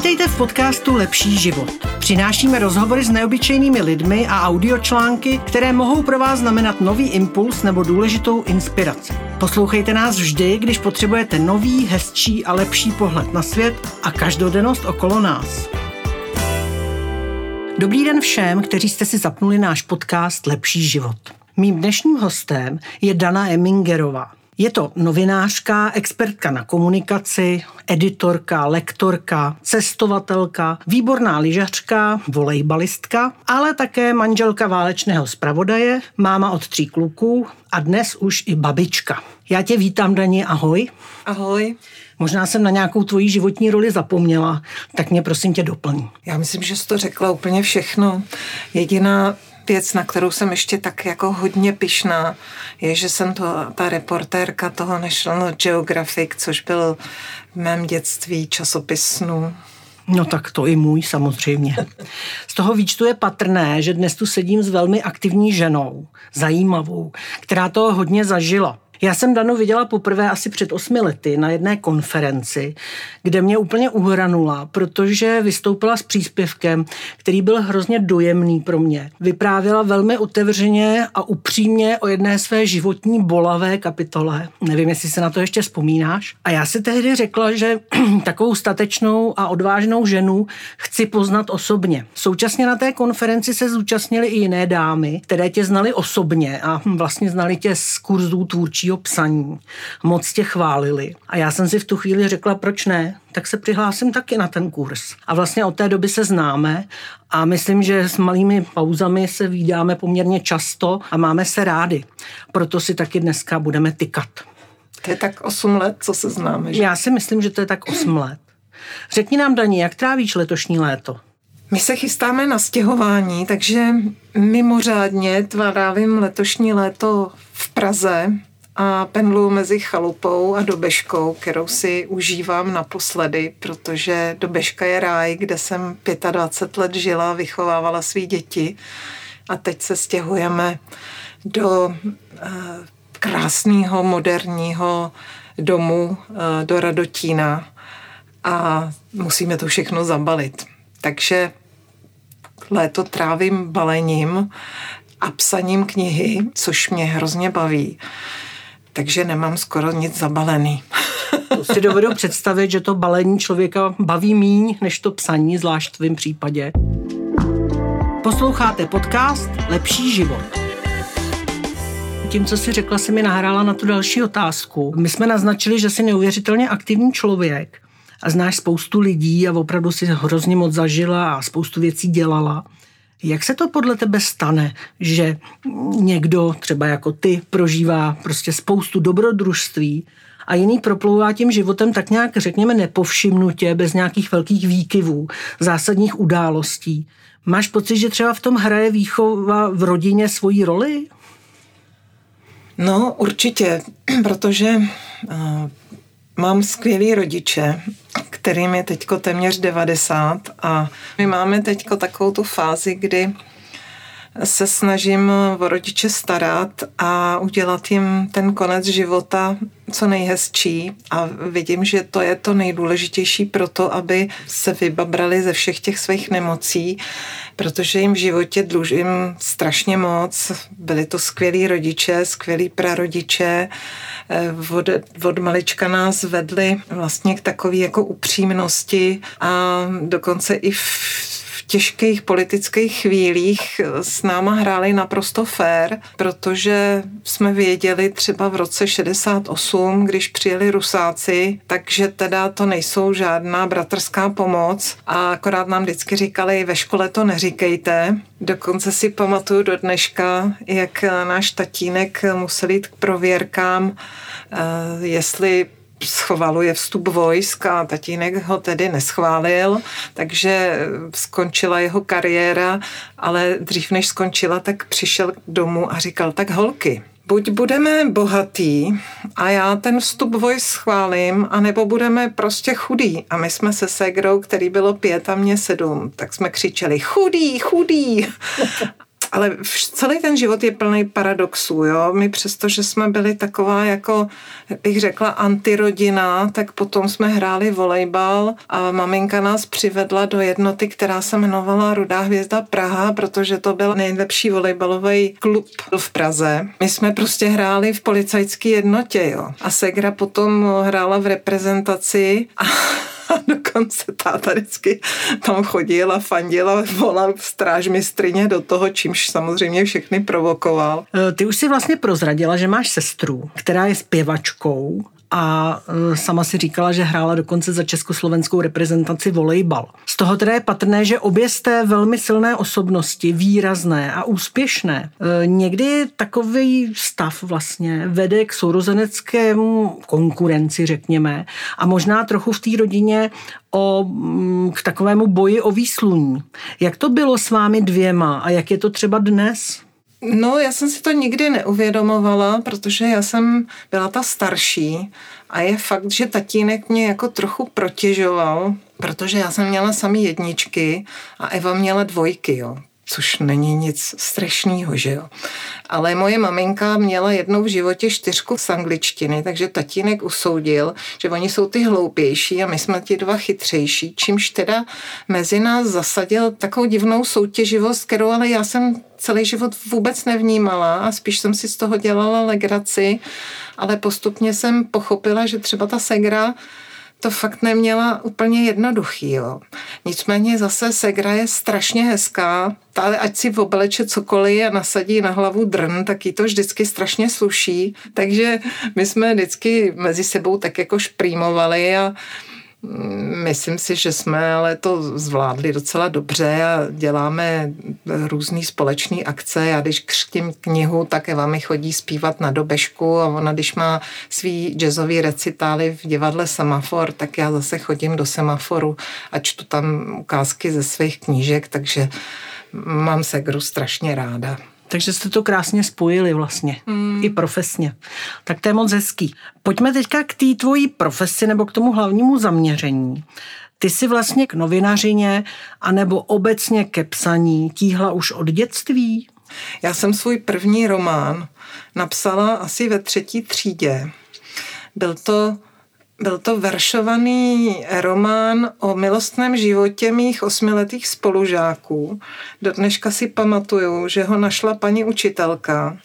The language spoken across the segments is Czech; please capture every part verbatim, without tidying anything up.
Vítejte v podcastu Lepší život. Přinášíme rozhovory s neobyčejnými lidmi a audiočlánky, které mohou pro vás znamenat nový impuls nebo důležitou inspiraci. Poslouchejte nás vždy, když potřebujete nový, hezčí a lepší pohled na svět a každodennost okolo nás. Dobrý den všem, kteří jste si zapnuli náš podcast Lepší život. Mým dnešním hostem je Dana Emingerová. Je to novinářka, expertka na komunikaci, editorka, lektorka, cestovatelka, výborná lyžařka, volejbalistka, ale také manželka válečného zpravodaje, máma od tří kluků a dnes už i babička. Já tě vítám, Dani, ahoj. Ahoj. Možná jsem na nějakou tvoji životní roli zapomněla, tak mě prosím tě doplň. Já myslím, že jsi to řekla úplně všechno. Jediná věc, na kterou jsem ještě tak jako hodně pyšná, je, že jsem to, ta reportérka toho National Geographic, což byl v mém dětství časopis snů. No tak to i můj samozřejmě. Z toho výčtu je patrné, že dnes tu sedím s velmi aktivní ženou, zajímavou, která toho hodně zažila. Já jsem Danu viděla poprvé asi před osmi lety na jedné konferenci, kde mě úplně uhranula, protože vystoupila s příspěvkem, který byl hrozně dojemný pro mě. Vyprávěla velmi otevřeně a upřímně o jedné své životní bolavé kapitole. Nevím, jestli se na to ještě vzpomínáš. A já si tehdy řekla, že takovou statečnou a odvážnou ženu chci poznat osobně. Současně na té konferenci se zúčastnily i jiné dámy, které tě znaly osobně a vlastně znali tě z kurzů tvůrčího psaní. Moc tě chválili. A já jsem si v tu chvíli řekla, proč ne, tak se přihlásím taky na ten kurz. A vlastně od té doby se známe a myslím, že s malými pauzami se vídáme poměrně často a máme se rádi. Proto si taky dneska budeme tykat. To je tak osm let, co se známe, že? Já si myslím, že to je tak osm let. Řekni nám, Dani, jak trávíš letošní léto? My se chystáme na stěhování, takže mimořádně trávím letošní léto v Praze a pendluji mezi Chalupou a Dobeškou, kterou si užívám naposledy, protože Dobeška je ráj, kde jsem dvacet pět let žila, vychovávala svý děti a teď se stěhujeme do uh, krásného, moderního domu uh, do Radotína a musíme to všechno zabalit. Takže léto trávím balením a psaním knihy, což mě hrozně baví. Takže nemám skoro nic zabalený. To si dovedu představit, že to balení člověka baví míň, než to psaní, zvlášť v tvém případě. Posloucháte podcast Lepší život. Tím, co jsi řekla, si mi nahrála na tu další otázku. My jsme naznačili, že jsi neuvěřitelně aktivní člověk a znáš spoustu lidí a opravdu si hrozně moc zažila a spoustu věcí dělala. Jak se to podle tebe stane, že někdo, třeba jako ty, prožívá prostě spoustu dobrodružství a jiný proplouvá tím životem tak nějak, řekněme, nepovšimnutě, bez nějakých velkých výkyvů, zásadních událostí? Máš pocit, že třeba v tom hraje výchova v rodině svoji roli? No, určitě, protože uh, mám skvělý rodiče, kterým je teďko téměř devadesát a my máme teďko takovou tu fázi, kdy se snažím o rodiče starat a udělat jim ten konec života co nejhezčí a vidím, že to je to nejdůležitější pro to, aby se vybabrali ze všech těch svých nemocí, protože jim v životě dlužím strašně moc. Byli to skvělí rodiče, skvělí prarodiče, od, od malička nás vedli vlastně k takové jako upřímnosti a dokonce i v v těžkých politických chvílích s náma hráli naprosto fair, protože jsme věděli třeba v roce šedesát osm, když přijeli Rusáci, takže teda to nejsou žádná bratrská pomoc a akorát nám vždycky říkali, ve škole to neříkejte. Dokonce si pamatuju do dneška, jak náš tatínek musel jít k prověrkám, jestli schvaluje vstup vojsk a tatínek ho tedy neschválil, takže skončila jeho kariéra, ale dřív než skončila, tak přišel domů a říkal, tak holky, buď budeme bohatý a já ten vstup vojsk schválím, anebo budeme prostě chudý. A my jsme se ségrou, který bylo pět a mě sedm, tak jsme křičeli chudý, chudý. Ale celý ten život je plný paradoxů, jo. My přesto, že jsme byli taková jako, bych řekla, antirodina, tak potom jsme hráli volejbal a maminka nás přivedla do jednoty, která se jmenovala Rudá hvězda Praha, protože to byl nejlepší volejbalový klub v Praze. My jsme prostě hráli v policajské jednotě, jo. A ségra potom hrála v reprezentaci a a dokonce táta vždycky tam chodil a fandil a volal strážmistryně do toho, čímž samozřejmě všechny provokoval. Ty už si vlastně prozradila, že máš sestru, která je zpěvačkou a sama si říkala, že hrála dokonce za československou reprezentaci volejbal. Z toho teda je patrné, že obě jste velmi silné osobnosti, výrazné a úspěšné. Někdy takový stav vlastně vede k sourozeneckému konkurenci, řekněme, a možná trochu v té rodině o, k takovému boji o výsluní. Jak to bylo s vámi dvěma a jak je to třeba dnes? No, já jsem si to nikdy neuvědomovala, protože já jsem byla ta starší a je fakt, že tatínek mě jako trochu protěžoval, protože já jsem měla samý jedničky a Eva měla dvojky, jo. Což není nic strašného, že jo. Ale moje maminka měla jednou v životě čtyřku z angličtiny, takže tatínek usoudil, že oni jsou ty hloupější a my jsme ti dva chytřejší, čímž teda mezi nás zasadil takovou divnou soutěživost, kterou ale já jsem celý život vůbec nevnímala a spíš jsem si z toho dělala legraci, ale postupně jsem pochopila, že třeba ta ségra to fakt neměla úplně jednoduchý, jo. Nicméně zase ségra je strašně hezká, ta, ať si obleče cokoliv a nasadí na hlavu drn, tak jí to vždycky strašně sluší, takže my jsme vždycky mezi sebou tak jako šprýmovali a myslím si, že jsme ale to zvládli docela dobře a děláme různý společný akce. Já když křtím knihu, tak Eva mi chodí zpívat na dobežku a ona, když má svý jazzový recitály v divadle Semafor, tak já zase chodím do Semaforu a čtu tam ukázky ze svých knížek, takže mám ségru strašně ráda. Takže jste to krásně spojili vlastně, hmm. i profesně. Tak to je moc hezký. Pojďme teďka k té tvojí profesi nebo k tomu hlavnímu zaměření. Ty jsi vlastně k novinařině anebo obecně ke psaní tíhla už od dětství? Já jsem svůj první román napsala asi ve třetí třídě. Byl to Byl to veršovaný román o milostném životě mých osmiletých spolužáků. Do dneška si pamatuju, že ho našla paní učitelka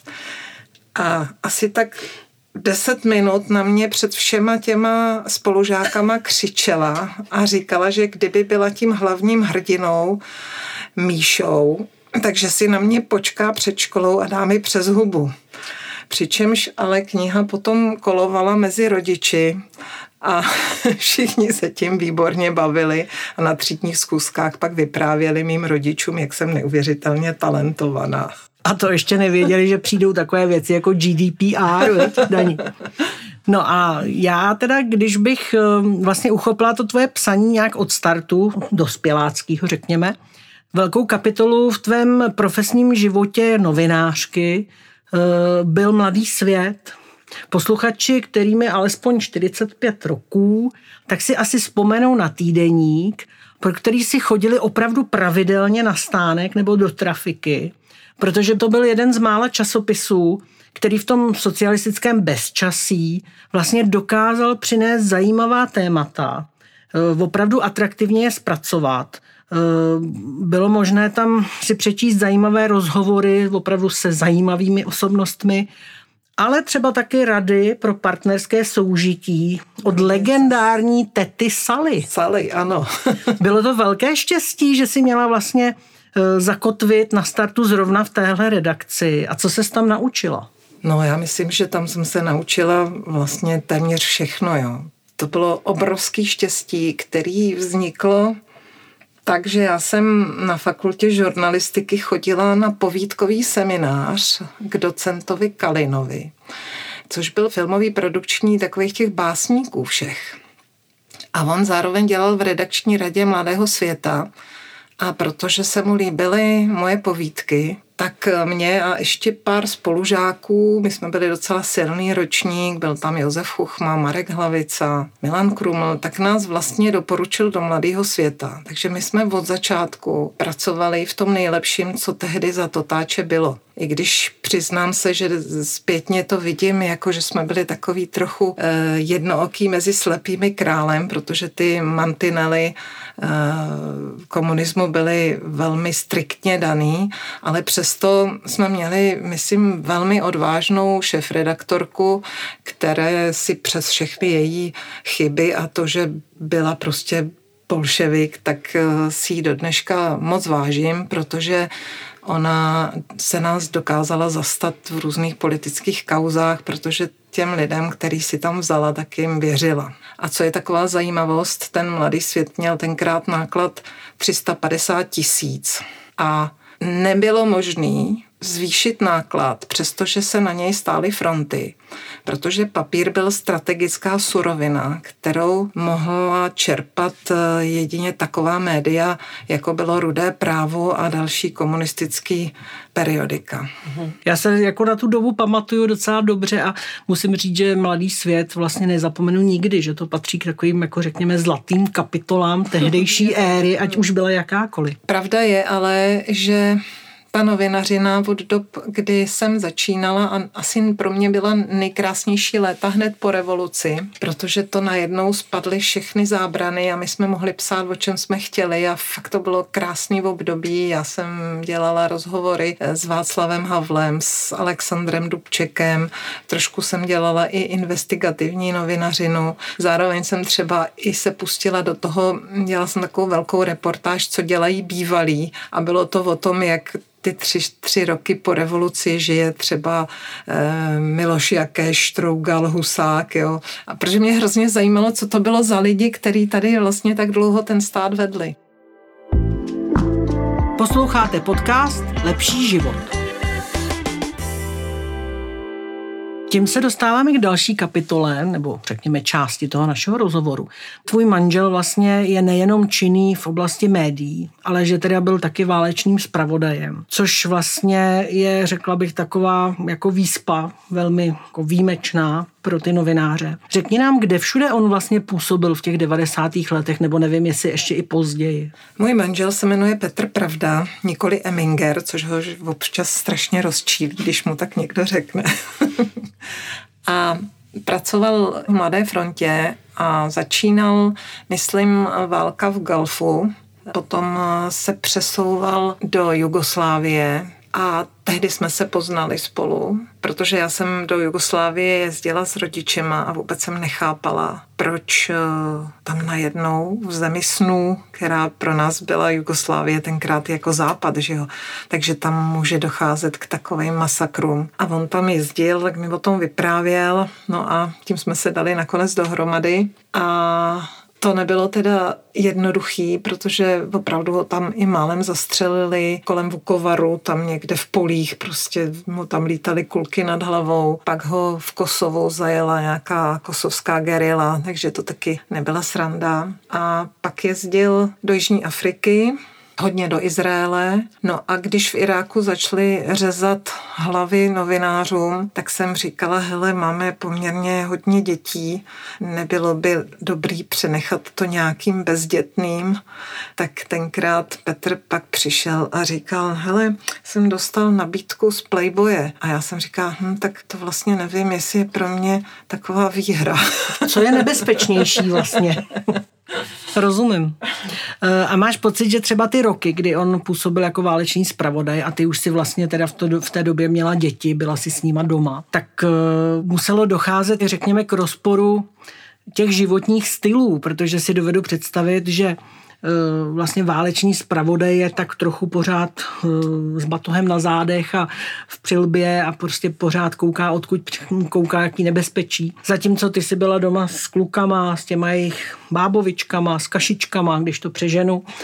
a asi tak deset minut na mě před všema těma spolužákama křičela a říkala, že kdyby byla tím hlavním hrdinou Míšou, takže si na mě počká před školou a dá mi přes hubu. Přičemž ale kniha potom kolovala mezi rodiči a všichni se tím výborně bavili a na třídních zkouškách pak vyprávěli mým rodičům, jak jsem neuvěřitelně talentovaná. A to ještě nevěděli, že přijdou takové věci jako G D P R, daní. No a já teda, když bych vlastně uchopila to tvoje psaní nějak od startu, dospěláckýho řekněme, velkou kapitolu v tvém profesním životě novinářky byl Mladý svět. Posluchači, kterým je alespoň čtyřicet pět roků, tak si asi vzpomenou na týdeník, pro který si chodili opravdu pravidelně na stánek nebo do trafiky, protože to byl jeden z mála časopisů, který v tom socialistickém bezčasí vlastně dokázal přinést zajímavá témata, opravdu atraktivně je zpracovat. Bylo možné tam si přečíst zajímavé rozhovory opravdu se zajímavými osobnostmi, ale třeba taky rady pro partnerské soužití od legendární tety Sally. Sally, ano. Bylo to velké štěstí, že si měla vlastně zakotvit na startu zrovna v téhle redakci. A co ses tam naučila? No já myslím, že tam jsem se naučila vlastně téměř všechno, jo. To bylo obrovský štěstí, který vzniklo. Takže já jsem na fakultě žurnalistiky chodila na povídkový seminář k docentovi Kalinovi, což byl filmový produkční takových těch básníků všech. A on zároveň dělal v redakční radě Mladého světa a protože se mu líbily moje povídky, tak mě a ještě pár spolužáků, my jsme byli docela silný ročník, byl tam Josef Chuchma, Marek Hlavica, Milan Kruml, tak nás vlastně doporučil do Mladého světa. Takže my jsme od začátku pracovali v tom nejlepším, co tehdy za Totáče bylo. I když přiznám se, že zpětně to vidím, jako že jsme byli takový trochu eh, jednooký mezi slepými králem, protože ty mantinely eh, komunismu byly velmi striktně daný, ale přesto jsme měli, myslím, velmi odvážnou šéfredaktorku, které si přes všechny její chyby a to, že byla prostě bolševik, tak si ji do dneška moc vážím, protože ona se nás dokázala zastat v různých politických kauzách, protože těm lidem, který si tam vzala, tak jim věřila. A co je taková zajímavost, ten Mladý svět měl tenkrát náklad tři sta padesát tisíc a nebylo možné zvýšit náklad, přestože se na něj stály fronty, protože papír byl strategická surovina, kterou mohla čerpat jedině taková média, jako bylo Rudé právo a další komunistický periodika. Já se jako na tu dobu pamatuju docela dobře a musím říct, že Mladý svět vlastně nezapomenu nikdy, že to patří k takovým, jako řekněme, zlatým kapitolám tehdejší éry, ať už byla jakákoliv. Pravda je ale, že ta novinařina od dob, kdy jsem začínala a asi pro mě byla nejkrásnější léta hned po revoluci, protože to najednou spadly všechny zábrany a my jsme mohli psát, o čem jsme chtěli a fakt to bylo krásný období. Já jsem dělala rozhovory s Václavem Havlem, s Alexandrem Dubčekem, trošku jsem dělala i investigativní novinařinu. Zároveň jsem třeba i se pustila do toho, dělala jsem takovou velkou reportáž, co dělají bývalí a bylo to o tom, jak ty tři, tři roky po revoluci žije třeba eh, Miloš Jakeš, Štrougal, Husák, jo. A protože mě hrozně zajímalo, co to bylo za lidi, kteří tady vlastně tak dlouho ten stát vedli. Posloucháte podcast Lepší život. Tím se dostáváme k další kapitole, nebo řekněme části toho našeho rozhovoru. Tvůj manžel vlastně je nejenom činný v oblasti médií, ale že teda byl taky válečným zpravodajem, což vlastně je, řekla bych, taková jako výspa, velmi jako výjimečná pro ty novináře. Řekni nám, kde všude on vlastně působil v těch devadesátých letech, nebo nevím, jestli ještě i později. Můj manžel se jmenuje Petr Pravda, nikoli Eminger, což ho občas strašně rozčílí, když mu tak někdo řekne. A pracoval v Mladé frontě a začínal, myslím, válka v Gulfu. Potom se přesouval do Jugoslávie a tehdy jsme se poznali spolu, protože já jsem do Jugoslávie jezdila s rodičema a vůbec jsem nechápala, proč tam najednou v zemi snů, která pro nás byla Jugoslávie tenkrát jako západ, že jo, takže tam může docházet k takovým masakrům. A on tam jezdil, tak mi o tom vyprávěl, no a tím jsme se dali nakonec dohromady a to nebylo teda jednoduchý, protože opravdu ho tam i málem zastřelili kolem Vukovaru, tam někde v polích, prostě mu tam lítaly kulky nad hlavou. Pak ho v Kosovu zajela nějaká kosovská gerila, takže to taky nebyla sranda. A pak jezdil do Jižní Afriky, hodně do Izraele. No a když v Iráku začali řezat hlavy novinářům, tak jsem říkala, hele, máme poměrně hodně dětí, nebylo by dobrý přenechat to nějakým bezdětným. Tak tenkrát Petr pak přišel a říkal, hele, jsem dostal nabídku z Playboye. A já jsem říkala, hm, tak to vlastně nevím, jestli je pro mě taková výhra. Co je nebezpečnější vlastně? Rozumím. A máš pocit, že třeba ty roky, kdy on působil jako válečný zpravodaj a ty už si vlastně teda v, to, v té době měla děti, byla si s nima doma, tak uh, muselo docházet, řekněme, k rozporu těch životních stylů, protože si dovedu představit, že vlastně válečný zpravodaj je tak trochu pořád s batohem na zádech a v přilbě a prostě pořád kouká, odkud kouká, jaký nebezpečí. Zatímco ty jsi byla doma s klukama, s těma jejich bábovičkama, s kašičkama, když to přeženu.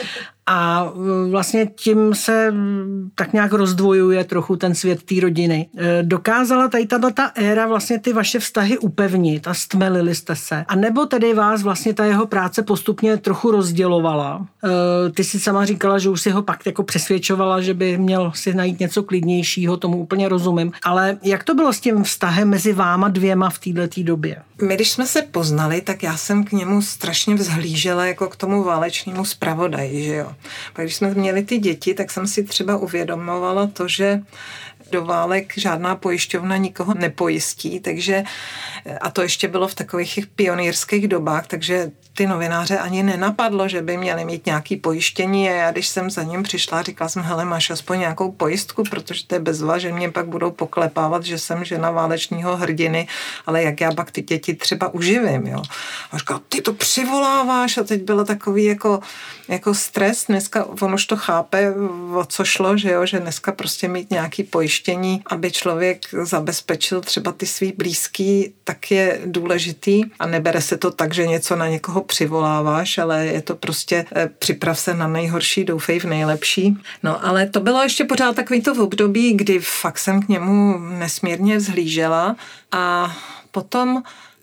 A vlastně tím se tak nějak rozdvojuje trochu ten svět té rodiny. Dokázala tady tato éra vlastně ty vaše vztahy upevnit a stmelili jste se? A nebo tedy vás vlastně ta jeho práce postupně trochu rozdělovala? Ty si sama říkala, že už si ho pak jako přesvědčovala, že by měl si najít něco klidnějšího, tomu úplně rozumím. Ale jak to bylo s tím vztahem mezi váma dvěma v této době? My, když jsme se poznali, tak já jsem k němu strašně vzhlížela jako k tomu válečnému zpravodaji, že jo. Pak když jsme měli ty děti, tak jsem si třeba uvědomovala to, že do válek žádná pojišťovna nikoho nepojistí, takže a to ještě bylo v takových pionýrských dobách, takže ty novináře ani nenapadlo, že by měli mít nějaký pojištění a já, když jsem za ním přišla, říkala jsem, hele, máš aspoň nějakou pojistku, protože to je bezva, že mě pak budou poklepávat, že jsem žena válečního hrdiny, ale jak já pak ty děti třeba uživím, jo. A říkala, ty to přivoláváš a teď bylo takový jako, jako stres, dneska on už to chápe, o co šlo, že jo, že dneska prostě mít nějaký pojištění, aby člověk zabezpečil třeba ty svý blízký, tak je důležitý a nebere se to tak, že něco na někoho přivoláváš, ale je to prostě připrav se na nejhorší, doufej v nejlepší. No ale to bylo ještě pořád takový to v období, kdy fakt jsem k němu nesmírně vzhlížela a potom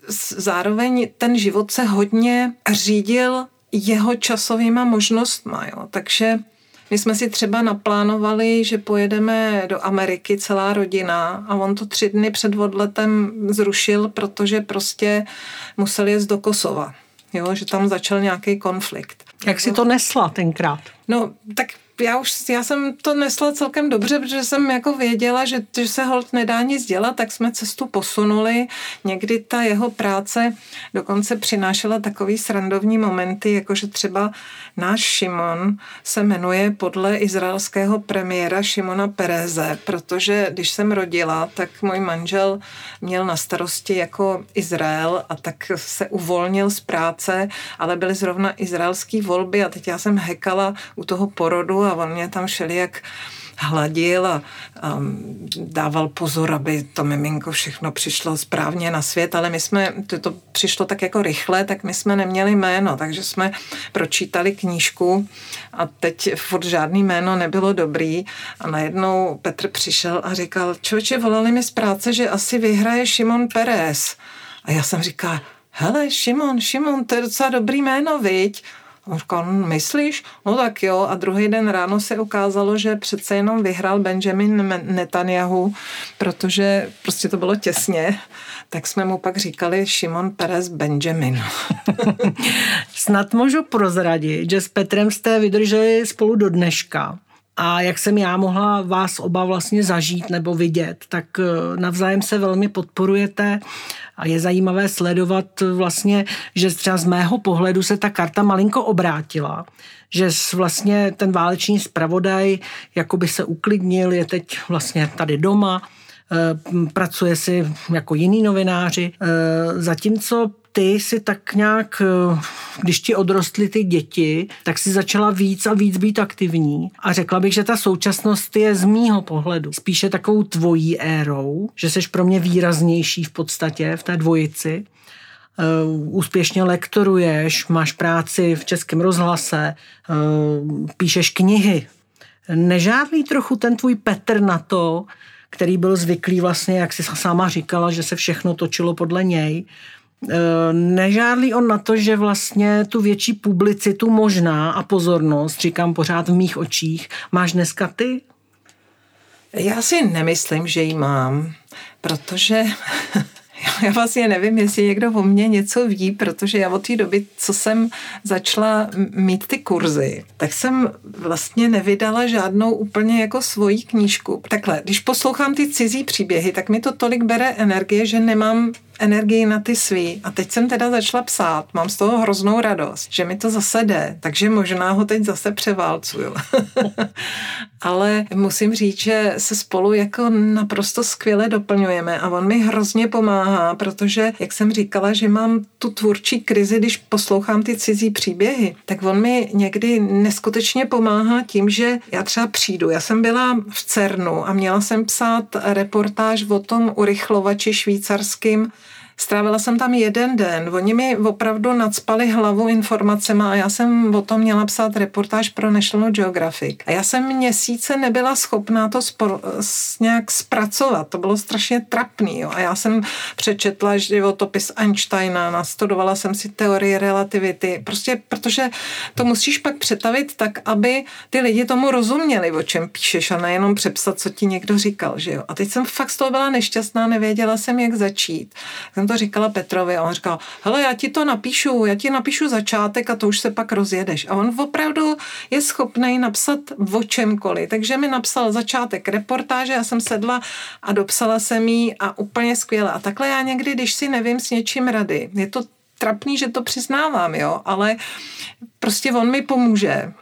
zároveň ten život se hodně řídil jeho časovýma možnostma, jo. Takže my jsme si třeba naplánovali, že pojedeme do Ameriky celá rodina a on to tři dny před odletem zrušil, protože prostě musel jet do Kosova. Jo, že tam začal nějaký konflikt. Jak si to nesla tenkrát? No, tak já už, já jsem to nesla celkem dobře, protože jsem jako věděla, že, že se holt nedá nic dělat, tak jsme cestu posunuli. Někdy ta jeho práce dokonce přinášela takový srandovní momenty, jakože třeba náš Šimon se jmenuje podle izraelského premiéra Šimona Pereze, protože když jsem rodila, tak můj manžel měl na starosti jako Izrael a tak se uvolnil z práce, ale byly zrovna izraelský volby a teď já jsem hekala u toho porodu a on mě tam všelijak hladil a um, dával pozor, aby to miminko všechno přišlo správně na svět, ale my jsme, to, to přišlo tak jako rychle, tak my jsme neměli jméno, takže jsme pročítali knížku a teď furt žádný jméno nebylo dobrý a najednou Petr přišel a říkal, člověče, volali mi z práce, že asi vyhraje Šimon Peres. A já jsem říkala, hele, Šimon, Šimon, to je docela dobrý jméno, viď? On říkal, myslíš? No tak jo. A druhý den ráno se ukázalo, že přece jenom vyhrál Benjamin Netanyahu, protože prostě to bylo těsně. Tak jsme mu pak říkali Šimon Peres Benjamin. Snad můžu prozradit, že s Petrem jste vydrželi spolu do dneška. A jak jsem já mohla vás oba vlastně zažít nebo vidět, tak navzájem se velmi podporujete a je zajímavé sledovat vlastně, že třeba z mého pohledu se ta karta malinko obrátila, že vlastně ten válečný zpravodaj jakoby se uklidnil, je teď vlastně tady doma, pracuje si jako jiní novináři, zatímco ty si tak nějak, když ti odrostly ty děti, tak si začala víc a víc být aktivní. A řekla bych, že ta současnost je z mýho pohledu spíše takovou tvojí érou, že seš pro mě výraznější v podstatě v té dvojici. Úspěšně lektoruješ, máš práci v Českém rozhlase, píšeš knihy. Nežádlí trochu ten tvůj Petr na to, který byl zvyklý vlastně, jak jsi sama říkala, že se všechno točilo podle něj, nežádlí on na to, že vlastně tu větší publicitu možná a pozornost, říkám pořád v mých očích, máš dneska ty? Já si nemyslím, že ji mám, protože já vlastně nevím, jestli někdo o mně něco ví, protože já od té doby, co jsem začala mít ty kurzy, tak jsem vlastně nevydala žádnou úplně jako svoji knížku. Takhle, když poslouchám ty cizí příběhy, tak mi to tolik bere energie, že nemám energii na ty svý. A teď jsem teda začala psát, mám z toho hroznou radost, že mi to zase jde, takže možná ho teď zase převálcuju. Ale musím říct, že se spolu jako naprosto skvěle doplňujeme a on mi hrozně pomáhá, protože, jak jsem říkala, že mám tu tvůrčí krizi, když poslouchám ty cizí příběhy, tak on mi někdy neskutečně pomáhá tím, že já třeba přijdu. Já jsem byla v CERNu a měla jsem psát reportáž o tom urychlovači švýcarským Strávila jsem tam jeden den. Oni mi opravdu nacpali hlavu informacema a já jsem o tom měla psát reportáž pro National Geographic. A já jsem měsíce nebyla schopná to spor, nějak zpracovat. To bylo strašně trapný. Jo. A já jsem přečetla životopis Einsteina, nastudovala jsem si teorii relativity. Prostě protože to musíš pak přetavit tak, aby ty lidi tomu rozuměli, o čem píšeš a nejenom přepsat, co ti někdo říkal. Že jo. A teď jsem fakt z toho byla nešťastná, nevěděla jsem, jak začít. Jsem to říkala Petrovi a on říkal, hele, já ti to napíšu, já ti napíšu začátek a to už se pak rozjedeš. A on opravdu je schopný napsat o čemkoliv. Takže mi napsal začátek reportáže, já jsem sedla a dopsala jsem jí a úplně skvěle. A takhle já někdy, když si nevím s něčím rady, je to trapný, že to přiznávám, jo, ale prostě on mi pomůže.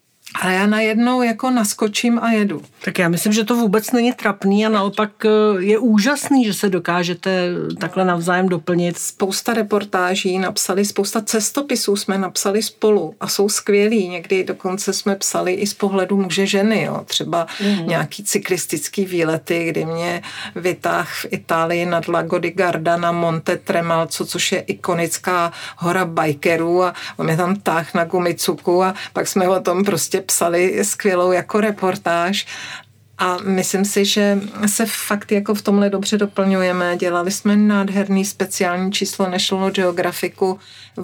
A já najednou jako naskočím a jedu. Tak já myslím, že to vůbec není trapný a naopak je úžasný, že se dokážete takhle navzájem doplnit. Spousta reportáží napsali, spousta cestopisů jsme napsali spolu a jsou skvělí. Někdy dokonce jsme psali i z pohledu muže ženy. Jo. Třeba mm. nějaký cyklistický výlety, kdy mě vytáhl v Itálii nad Lago di Garda na Monte Tremalco, což je ikonická hora bikerů a on mě tam táhl na gumicuku a pak jsme o tom prostě psali skvělou jako reportáž a myslím si, že se fakt jako v tomhle dobře doplňujeme. Dělali jsme nádherný speciální číslo National Geographicu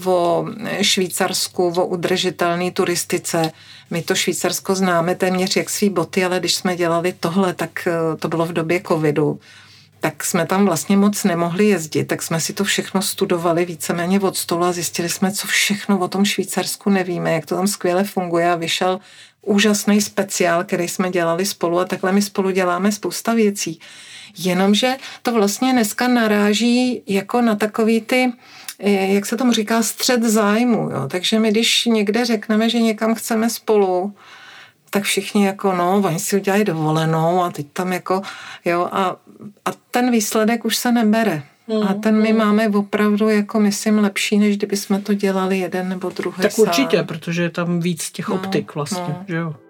o Švýcarsku, o udržitelné turistice. My to Švýcarsko známe téměř jak svý boty, ale když jsme dělali tohle, tak to bylo v době covidu. Tak jsme tam vlastně moc nemohli jezdit, tak jsme si to všechno studovali víceméně od stolu a zjistili jsme, co všechno o tom Švýcarsku nevíme, jak to tam skvěle funguje a vyšel úžasný speciál, který jsme dělali spolu a takhle my spolu děláme spousta věcí. Jenomže to vlastně dneska naráží jako na takový ty, jak se tomu říká, střet zájmu. Jo? Takže my, když někde řekneme, že někam chceme spolu, tak všichni jako no, oni si udělají dovolenou a teď tam jako, jo, a, a ten výsledek už se nebere. Mm, a ten my mm. máme opravdu, jako myslím, lepší, než kdyby jsme to dělali jeden nebo druhý Tak sám. Určitě, protože je tam víc těch no, optik vlastně, no. že jo.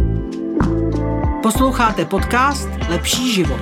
Posloucháte podcast Lepší život.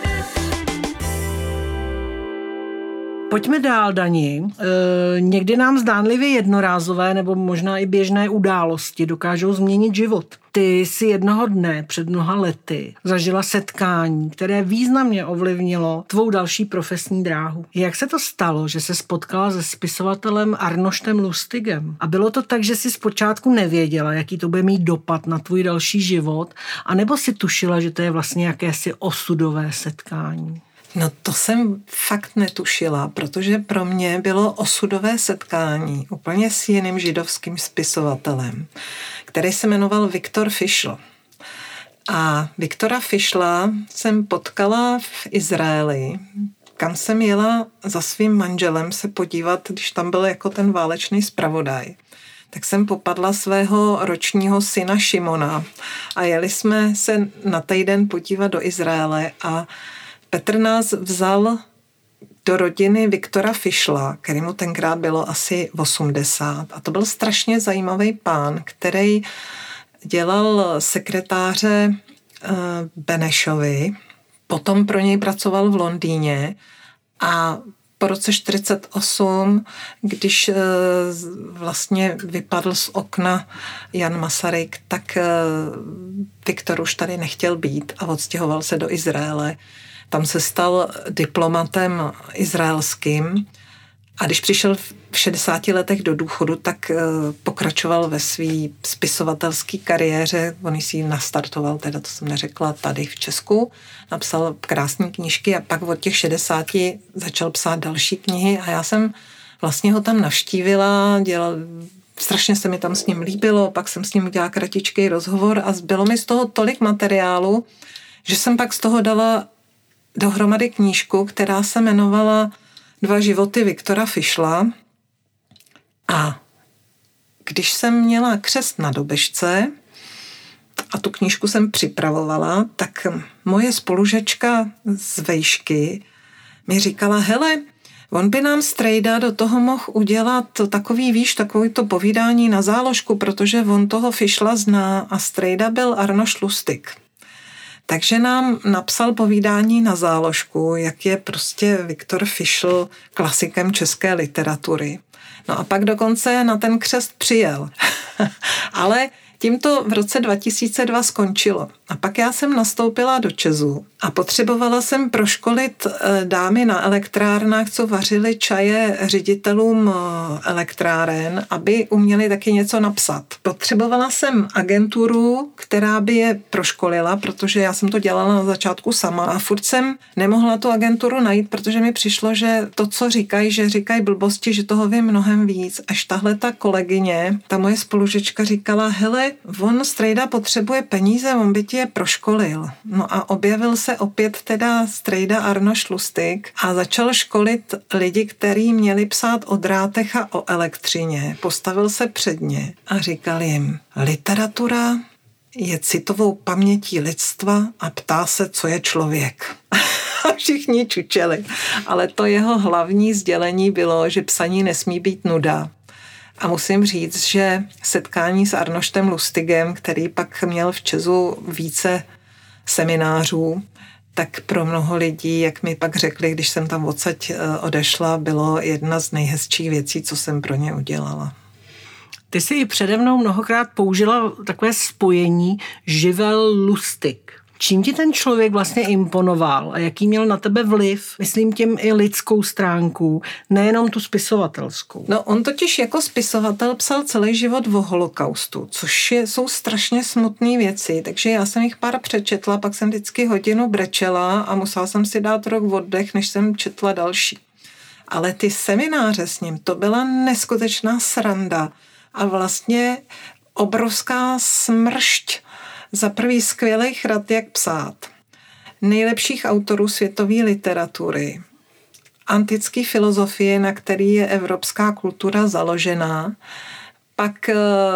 Pojďme dál, Dani. E, někdy nám zdánlivě jednorázové nebo možná i běžné události dokážou změnit život. Ty si jednoho dne před mnoha lety zažila setkání, které významně ovlivnilo tvou další profesní dráhu. Jak se to stalo, že se spotkala se spisovatelem Arnoštem Lustigem? A bylo to tak, že si zpočátku nevěděla, jaký to bude mít dopad na tvůj další život, anebo si tušila, že to je vlastně jakési osudové setkání? No to jsem fakt netušila, protože pro mě bylo osudové setkání úplně s jiným židovským spisovatelem, který se jmenoval Viktor Fischl. A Viktora Fischla jsem potkala v Izraeli, kam jsem jela za svým manželem se podívat, když tam byl jako ten válečný zpravodaj. Tak jsem popadla svého ročního syna Šimona a jeli jsme se na týden podívat do Izraele a Petr nás vzal do rodiny Viktora Fischla, kterému tenkrát bylo asi osmdesát. A to byl strašně zajímavý pán, který dělal sekretáře Benešovi, potom pro něj pracoval v Londýně a po roce čtyřicet osm, když vlastně vypadl z okna Jan Masaryk, tak Viktor už tady nechtěl být a odstěhoval se do Izraele. Tam se stal diplomatem izraelským a když přišel v šedesáti letech do důchodu, tak pokračoval ve své spisovatelské kariéře. On si ji nastartoval, teda to jsem neřekla, tady v Česku. Napsal krásné knížky a pak od těch šedesáti začal psát další knihy a já jsem vlastně ho tam navštívila, dělal, strašně se mi tam s ním líbilo, pak jsem s ním udělala kratičký rozhovor a zbylo mi z toho tolik materiálu, že jsem pak z toho dala dohromady knížku, která se jmenovala Dva životy Viktora Fischla. A když jsem měla křest na Dobežce a tu knížku jsem připravovala, tak moje spolužačka z vejšky mi říkala, hele, on by nám strejda do toho mohl udělat takový, víš, takový to povídání na záložku, protože on toho Fischla zná a strejda byl Arnošt Lustig. Takže nám napsal povídání na záložku, jak je prostě Viktor Fischl klasikem české literatury. No a pak dokonce na ten křest přijel. Ale tím to v roce dva tisíce dva skončilo. A pak já jsem nastoupila do ČEZu a potřebovala jsem proškolit dámy na elektrárnách, co vařily čaje ředitelům elektráren, aby uměli taky něco napsat. Potřebovala jsem agenturu, která by je proškolila, protože já jsem to dělala na začátku sama a furt jsem nemohla tu agenturu najít, protože mi přišlo, že to, co říkají, že říkají blbosti, že toho vím mnohem víc. Až tahle ta kolegyně, ta moje spolužečka říkala, hele, on strejda potřebuje peníze, on by ti je proškolil. No a objevil se opět teda strejda Arnošt Lustig a začal školit lidi, kteří měli psát o drátech a o elektřině. Postavil se před ně a říkal jim, literatura je citovou pamětí lidstva a ptá se, co je člověk. A všichni čučeli. Ale to jeho hlavní sdělení bylo, že psaní nesmí být nuda. A musím říct, že setkání s Arnoštem Lustigem, který pak měl v ČEZu více seminářů, tak pro mnoho lidí, jak mi pak řekli, když jsem tam odsaď odešla, bylo jedna z nejhezčích věcí, co jsem pro ně udělala. Ty jsi i přede mnou mnohokrát použila takové spojení živel Lustig. Čím ti ten člověk vlastně imponoval a jaký měl na tebe vliv, myslím tím i lidskou stránku, nejenom tu spisovatelskou? No on totiž jako spisovatel psal celý život o holokaustu, což je, jsou strašně smutné věci, takže já jsem jich pár přečetla, pak jsem vždycky hodinu brečela a musela jsem si dát rok oddech, než jsem četla další. Ale ty semináře s ním, to byla neskutečná sranda a vlastně obrovská smršť. Za prvý skvělých rad, jak psát, nejlepších autorů světové literatury, antické filozofie, na který je evropská kultura založená, pak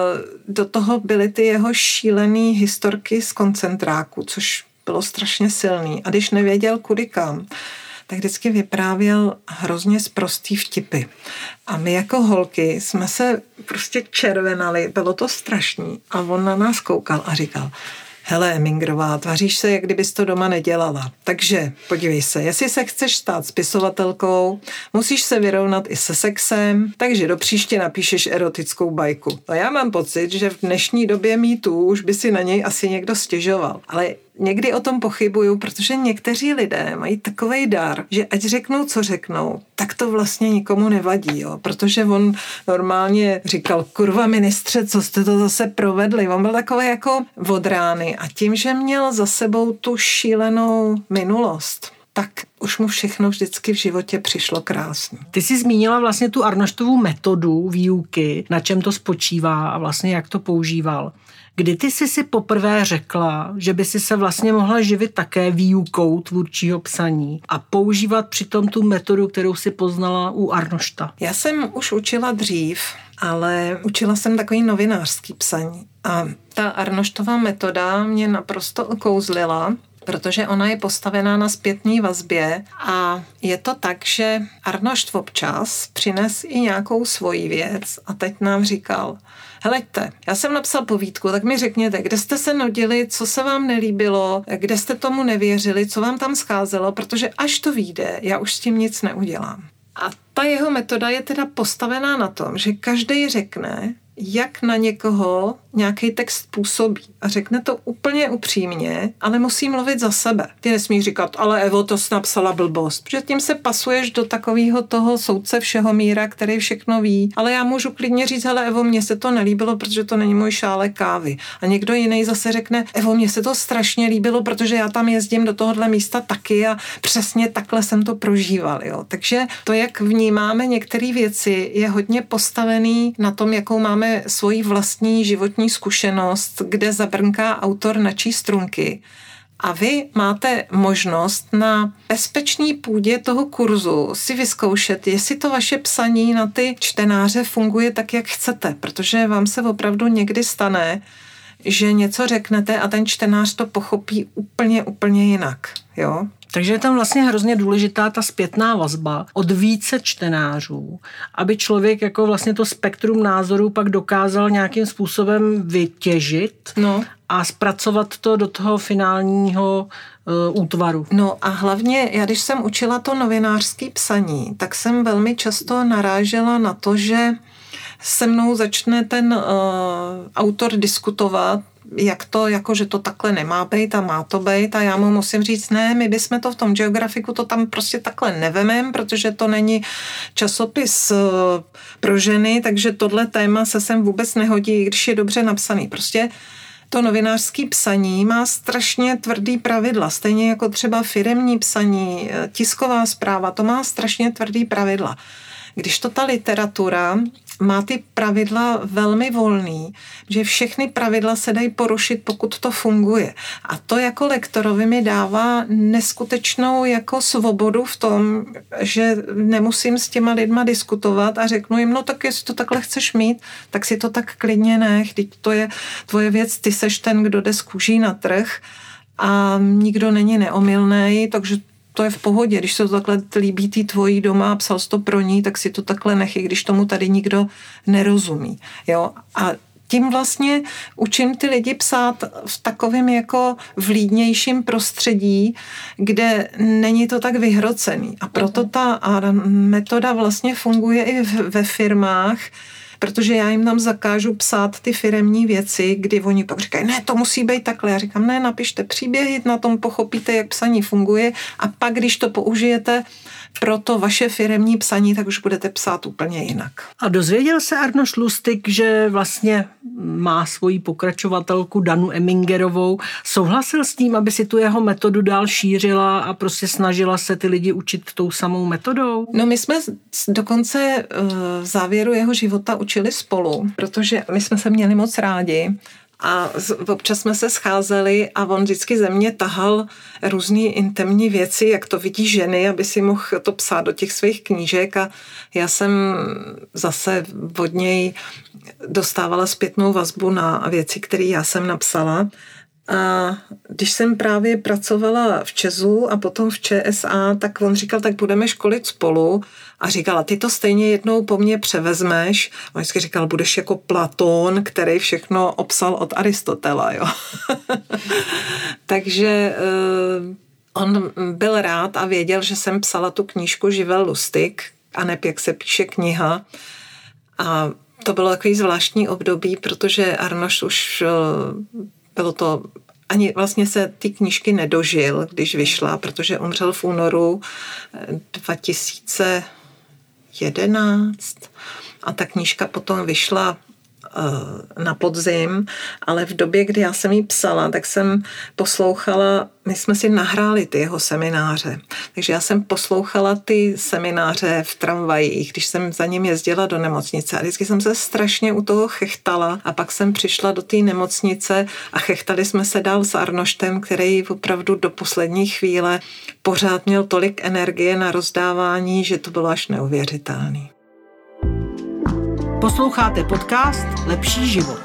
do toho byly ty jeho šílený historky z koncentráku, což bylo strašně silný. A když nevěděl kudy kam, tak vždycky vyprávěl hrozně sprostý vtipy. A my jako holky jsme se prostě červenali, bylo to strašný. A on na nás koukal a říkal, hele, Mingrová, tvaříš se, jak kdybys to doma nedělala. Takže podívej se, jestli se chceš stát spisovatelkou, musíš se vyrovnat i se sexem, takže do příště napíšeš erotickou bajku. A já mám pocit, že v dnešní době mýtů už by si na něj asi někdo stěžoval. Ale někdy o tom pochybuju, protože někteří lidé mají takovej dar, že ať řeknou, co řeknou, tak to vlastně nikomu nevadí, jo? Protože on normálně říkal, kurva ministře, co jste to zase provedli. On byl takový jako od rány a tím, že měl za sebou tu šílenou minulost, tak už mu všechno vždycky v životě přišlo krásně. Ty jsi zmínila vlastně tu Arnoštovu metodu výuky, na čem to spočívá a vlastně jak to používal. Kdy ty jsi si poprvé řekla, že by si se vlastně mohla živit také výukou tvůrčího psaní a používat přitom tu metodu, kterou si poznala u Arnošta? Já jsem už učila dřív, ale učila jsem takový novinářský psaní. A ta Arnoštova metoda mě naprosto okouzlila, protože ona je postavená na zpětné vazbě a je to tak, že Arnošt občas přines i nějakou svoji věc a teď nám říkal, heleďte, já jsem napsal povídku, tak mi řekněte, kde jste se nudili, co se vám nelíbilo, kde jste tomu nevěřili, co vám tam scházelo, protože až to vyjde, já už s tím nic neudělám. A ta jeho metoda je teda postavená na tom, že každý řekne, jak na někoho nějaký text působí. A řekne to úplně upřímně, ale musí mluvit za sebe. Ty nesmíš říkat, ale Evo, to jsi napsala blbost. Protože tím se pasuješ do takového toho soudce všeho míra, který všechno ví. Ale já můžu klidně říct, hele Evo, mně se to nelíbilo, protože to není můj šálek kávy. A někdo jiný zase řekne, Evo, mně se to strašně líbilo, protože já tam jezdím do tohohle místa taky a přesně takhle jsem to prožíval. Jo. Takže to, jak vnímáme některé věci, je hodně postavený na tom, jakou máme svoji vlastní životní zkušenost, kde zabrnká autor na čí strunky. A vy máte možnost na bezpečný půdě toho kurzu si vyzkoušet, jestli to vaše psaní na ty čtenáře funguje tak, jak chcete, protože vám se opravdu někdy stane, že něco řeknete a ten čtenář to pochopí úplně, úplně jinak. Jo? Takže je tam vlastně hrozně důležitá ta zpětná vazba od více čtenářů, aby člověk jako vlastně to spektrum názorů pak dokázal nějakým způsobem vytěžit no. a zpracovat to do toho finálního uh, útvaru. No a hlavně, já když jsem učila to novinářské psaní, tak jsem velmi často narážela na to, že se mnou začne ten uh, autor diskutovat, jak to, jako že to takhle nemá být a má to být a já mu musím říct, ne, my bychom to v tom Geografiku to tam prostě takhle nevemem, protože to není časopis uh, pro ženy, takže tohle téma se sem vůbec nehodí, když je dobře napsaný. Prostě to novinářské psaní má strašně tvrdý pravidla, stejně jako třeba firemní psaní, tisková zpráva, to má strašně tvrdý pravidla. Když to ta literatura má ty pravidla velmi volný, že všechny pravidla se dají porušit, pokud to funguje. A to jako lektorovi mi dává neskutečnou jako svobodu v tom, že nemusím s těma lidma diskutovat a řeknu jim, no tak jestli to takhle chceš mít, tak si to tak klidně nech, teď to je tvoje věc, ty seš ten, kdo jde z kůží na trh a nikdo není neomylnej, takže to je v pohodě, když se to takhle líbí tý tvojí doma a psal jsi to pro ní, tak si to takhle nech, i když tomu tady nikdo nerozumí. Jo? A tím vlastně učím ty lidi psát v takovém jako vlídnějším prostředí, kde není to tak vyhrocený. A proto ta metoda vlastně funguje i ve firmách, protože já jim tam zakážu psát ty firemní věci, kdy oni pak říkají, ne, to musí být takhle. Já říkám, ne, napište příběhy, na tom pochopíte, jak psaní funguje a pak, když to použijete pro to vaše firemní psaní, tak už budete psát úplně jinak. A dozvěděl se Arnošt Lustig, že vlastně má svoji pokračovatelku Danu Emingerovou. Souhlasil s tím, aby si tu jeho metodu dál šířila a prostě snažila se ty lidi učit tou samou metodou? No my jsme dokonce v závěru jeho života učili spolu, protože my jsme se měli moc rádi. A občas jsme se scházeli a on vždycky ze mě tahal různý intimní věci, jak to vidí ženy, aby si mohl to psát do těch svých knížek a já jsem zase od něj dostávala zpětnou vazbu na věci, které já jsem napsala. A když jsem právě pracovala v Česu a potom v ČSA, tak on říkal, tak budeme školit spolu a říkala, ty to stejně jednou po mně převezmeš. A vždycky říkal, budeš jako Platón, který všechno obsal od Aristotela, jo. Takže uh, on byl rád a věděl, že jsem psala tu knížku Živel Lustig, a ne jak se píše kniha. A to bylo takový zvláštní období, protože Arnošt už uh, bylo to, ani vlastně se ty knížky nedožil, když vyšla, protože umřel v únoru dva tisíce jedenáct a ta knížka potom vyšla na podzim, ale v době, kdy já jsem jí psala, tak jsem poslouchala, my jsme si nahráli ty jeho semináře, takže já jsem poslouchala ty semináře v tramvajích, když jsem za ním jezdila do nemocnice a vždycky jsem se strašně u toho chechtala a pak jsem přišla do té nemocnice a chechtali jsme se dál s Arnoštem, který opravdu do poslední chvíle pořád měl tolik energie na rozdávání, že to bylo až neuvěřitelné. Posloucháte podcast Lepší život.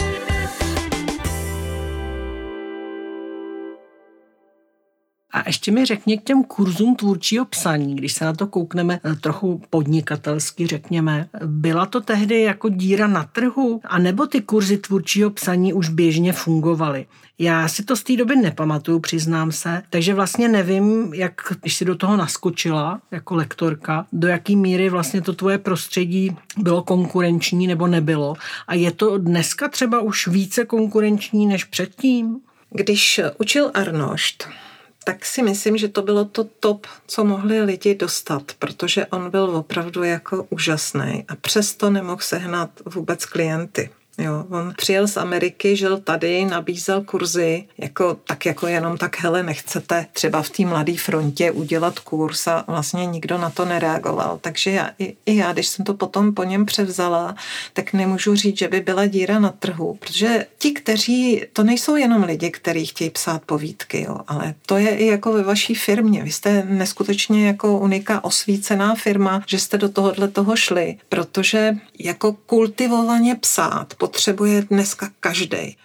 A ještě mi řekni k těm kurzům tvůrčího psaní, když se na to koukneme trochu podnikatelsky, řekněme. Byla to tehdy jako díra na trhu? A nebo ty kurzy tvůrčího psaní už běžně fungovaly? Já si to z té doby nepamatuju, přiznám se, takže vlastně nevím, jak, když jsi do toho naskočila jako lektorka, do jaký míry vlastně to tvoje prostředí bylo konkurenční nebo nebylo. A je to dneska třeba už více konkurenční než předtím? Když učil Arnošt, tak si myslím, že to bylo to top, co mohli lidi dostat, protože on byl opravdu jako úžasný a přesto nemohl sehnat vůbec klienty. Jo, on přijel z Ameriky, žil tady, nabízel kurzy, jako, tak jako jenom tak, hele, nechcete třeba v té Mladé frontě udělat kurz a vlastně nikdo na to nereagoval. Takže já, i, i já, když jsem to potom po něm převzala, tak nemůžu říct, že by byla díra na trhu, protože ti, kteří, to nejsou jenom lidi, kteří chtějí psát povídky, jo, ale to je i jako ve vaší firmě. Vy jste neskutečně jako uniká osvícená firma, že jste do tohohle toho šli, protože jako kultivovaně psát potřebuje dneska každej.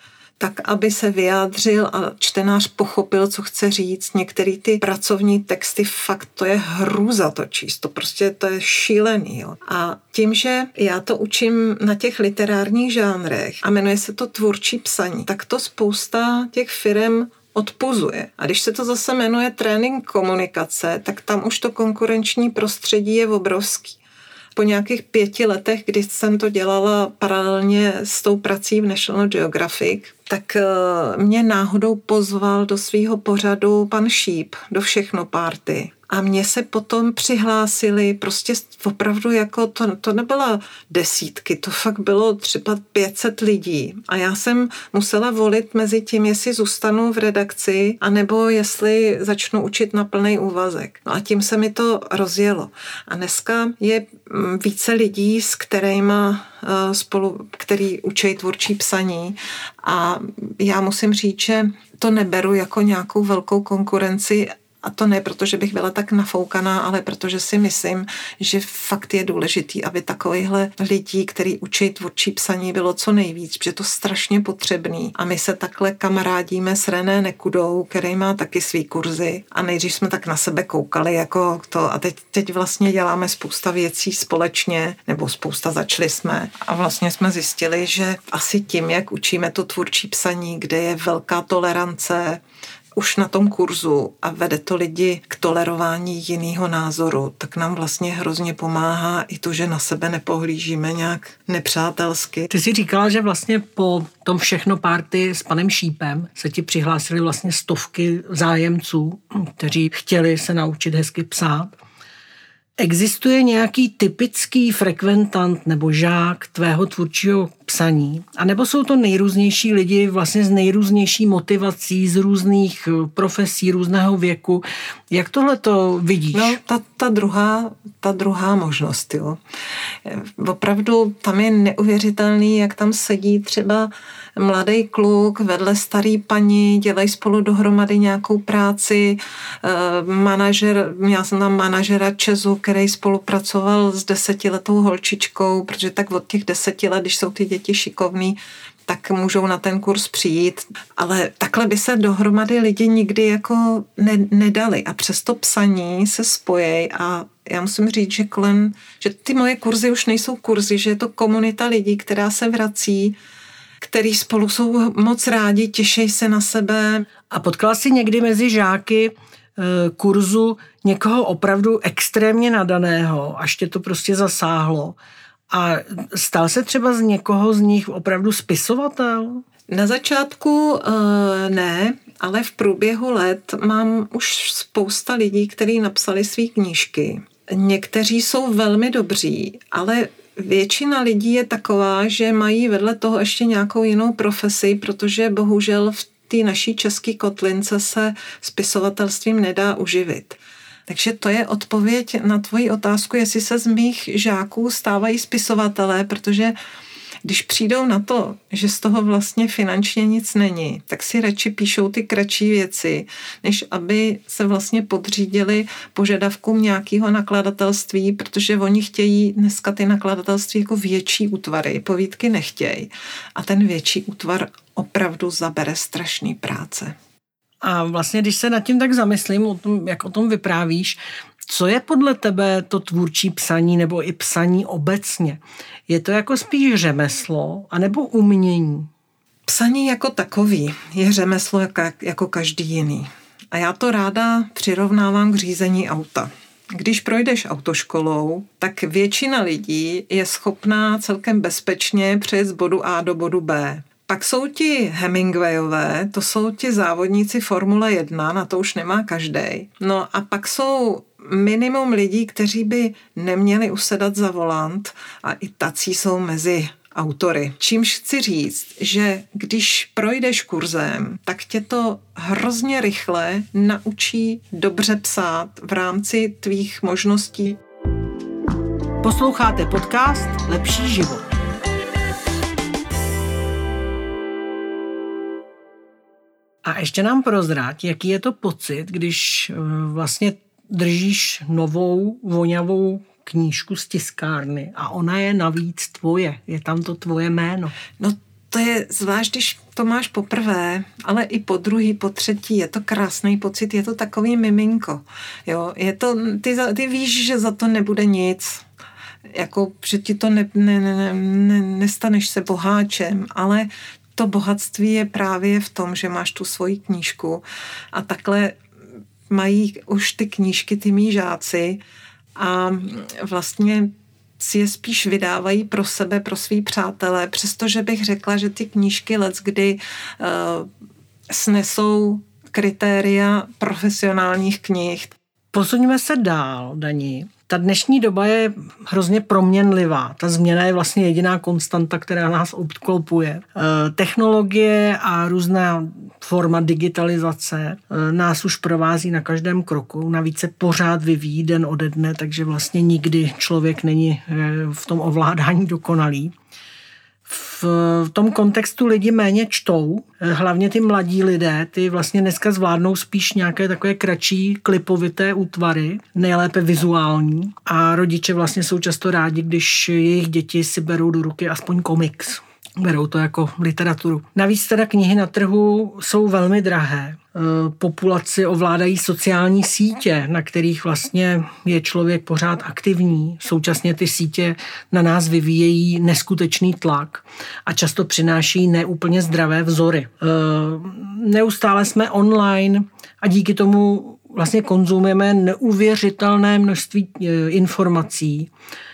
tak, aby se vyjádřil a čtenář pochopil, co chce říct. Některé ty pracovní texty, fakt to je hrůza to číst, to prostě to je šílený. Jo. A tím, že já to učím na těch literárních žánrech a jmenuje se to tvůrčí psaní, tak to spousta těch firem odpuzuje. A když se to zase jmenuje trénink komunikace, tak tam už to konkurenční prostředí je obrovský. Po nějakých pěti letech, kdy jsem to dělala paralelně s tou prací v National Geographic, tak mě náhodou pozval do svého pořadu pan Šíp, do Všechno Party. A mě se potom přihlásili prostě opravdu jako, to, to nebyla desítky, to fakt bylo třeba pět set lidí. A já jsem musela volit mezi tím, jestli zůstanu v redakci, anebo jestli začnu učit na plný úvazek. No a tím se mi to rozjelo. A dneska je více lidí, s kterýma spolu, který učí tvůrčí psaní. A já musím říct, že to neberu jako nějakou velkou konkurenci. A to ne proto, že bych byla tak nafoukaná, ale protože si myslím, že fakt je důležitý, aby takovýchhle lidí, který učí tvůrčí psaní, bylo co nejvíc, protože je to strašně potřebný. A my se takhle kamarádíme s René Nekudou, který má taky svý kurzy. A nejdřív jsme tak na sebe koukali jako to. A teď, teď vlastně děláme spousta věcí společně, nebo spousta začali jsme. A vlastně jsme zjistili, že asi tím, jak učíme to tvůrčí psaní, kde je velká tolerance, už na tom kurzu a vede to lidi k tolerování jiného názoru, tak nám vlastně hrozně pomáhá i to, že na sebe nepohlížíme nějak nepřátelsky. Ty jsi říkala, že vlastně po tom Všechno Party s panem Šípem se ti přihlásili vlastně stovky zájemců, kteří chtěli se naučit hezky psát. Existuje nějaký typický frekventant nebo žák tvého tvůrčího psaní? A nebo jsou to nejrůznější lidi vlastně z nejrůznější motivací, z různých profesí, různého věku? Jak tohle to vidíš? No, ta, ta, druhá, ta druhá možnost, jo. Opravdu tam je neuvěřitelný, jak tam sedí třeba mladý kluk vedle starý paní, dělají spolu dohromady nějakou práci. Manažer, měla jsem tam manažera Česu, který spolupracoval s desetiletou holčičkou, protože tak od těch deseti let, když jsou ty děti šikovný, tak můžou na ten kurz přijít. Ale takhle by se dohromady lidi nikdy jako ne, nedali. A přesto psaní se spojí a já musím říct, že kolem, že ty moje kurzy už nejsou kurzy, že je to komunita lidí, která se vrací, který spolu jsou moc rádi, těší se na sebe. A potkala jsi někdy mezi žáky kurzu někoho opravdu extrémně nadaného, až tě to prostě zasáhlo? A stal se třeba z někoho z nich opravdu spisovatel? Na začátku ne, ale v průběhu let mám už spousta lidí, kteří napsali své knížky. Někteří jsou velmi dobří, ale většina lidí je taková, že mají vedle toho ještě nějakou jinou profesi, protože bohužel v té naší české kotlince se spisovatelstvím nedá uživit. Takže to je odpověď na tvoji otázku, jestli se z mých žáků stávají spisovatelé, protože když přijdou na to, že z toho vlastně finančně nic není, tak si radši píšou ty kratší věci, než aby se vlastně podřídili požadavkům nějakého nakladatelství, protože oni chtějí dneska ty nakladatelství jako větší útvary, povídky nechtějí. A ten větší útvar opravdu zabere strašný práce. A vlastně, když se nad tím tak zamyslím, o tom, jak o tom vyprávíš, co je podle tebe to tvůrčí psaní nebo i psaní obecně? Je to jako spíš řemeslo anebo umění? Psaní jako takový je řemeslo jako, jako každý jiný. A já to ráda přirovnávám k řízení auta. Když projdeš autoškolou, tak většina lidí je schopná celkem bezpečně přejet z bodu A do bodu B. Pak jsou ti Hemingwayové, to jsou ti závodníci Formule jedna, na to už nemá každej. No a pak jsou minimum lidí, kteří by neměli usedat za volant a i tací jsou mezi autory. Čímž chci říct, že když projdeš kurzem, tak tě to hrozně rychle naučí dobře psát v rámci tvých možností. Posloucháte podcast Lepší život. A ještě nám prozrať, jaký je to pocit, když vlastně držíš novou vonavou knížku z tiskárny a ona je navíc tvoje, je tam to tvoje jméno. No to je, zvlášť když to máš poprvé, ale i po druhý, po třetí, je to krásný pocit, je to takový miminko. Jo, je to, ty, ty víš, že za to nebude nic, jako, že ti to ne, ne, ne, ne, nestaneš se boháčem, ale to bohatství je právě v tom, že máš tu svoji knížku a takhle mají už ty knížky ty mý žáci a vlastně si je spíš vydávají pro sebe, pro svý přátelé, přestože bych řekla, že ty knížky leckdy uh, snesou kritéria profesionálních knih. Posuňme se dál, Dani. Ta dnešní doba je hrozně proměnlivá. Ta změna je vlastně jediná konstanta, která nás obklopuje. Technologie a různá forma digitalizace nás už provází na každém kroku. Navíc se pořád vyvíjí den ode dne, takže vlastně nikdy člověk není v tom ovládání dokonalý. V tom kontextu lidi méně čtou, hlavně ty mladí lidé, ty vlastně dneska zvládnou spíš nějaké takové kratší klipovité útvary, nejlépe vizuální a rodiče vlastně jsou často rádi, když jejich děti si berou do ruky aspoň komiks. Berou to jako literaturu. Navíc teda knihy na trhu jsou velmi drahé. Populaci ovládají sociální sítě, na kterých vlastně je člověk pořád aktivní. Současně ty sítě na nás vyvíjejí neskutečný tlak a často přináší neúplně zdravé vzory. Neustále jsme online a díky tomu vlastně konzumujeme neuvěřitelné množství informací.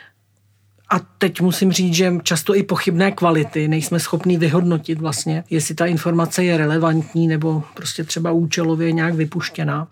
A teď musím říct, že často i pochybné kvality, nejsme schopní vyhodnotit vlastně, jestli ta informace je relevantní nebo prostě třeba účelově nějak vypuštěná.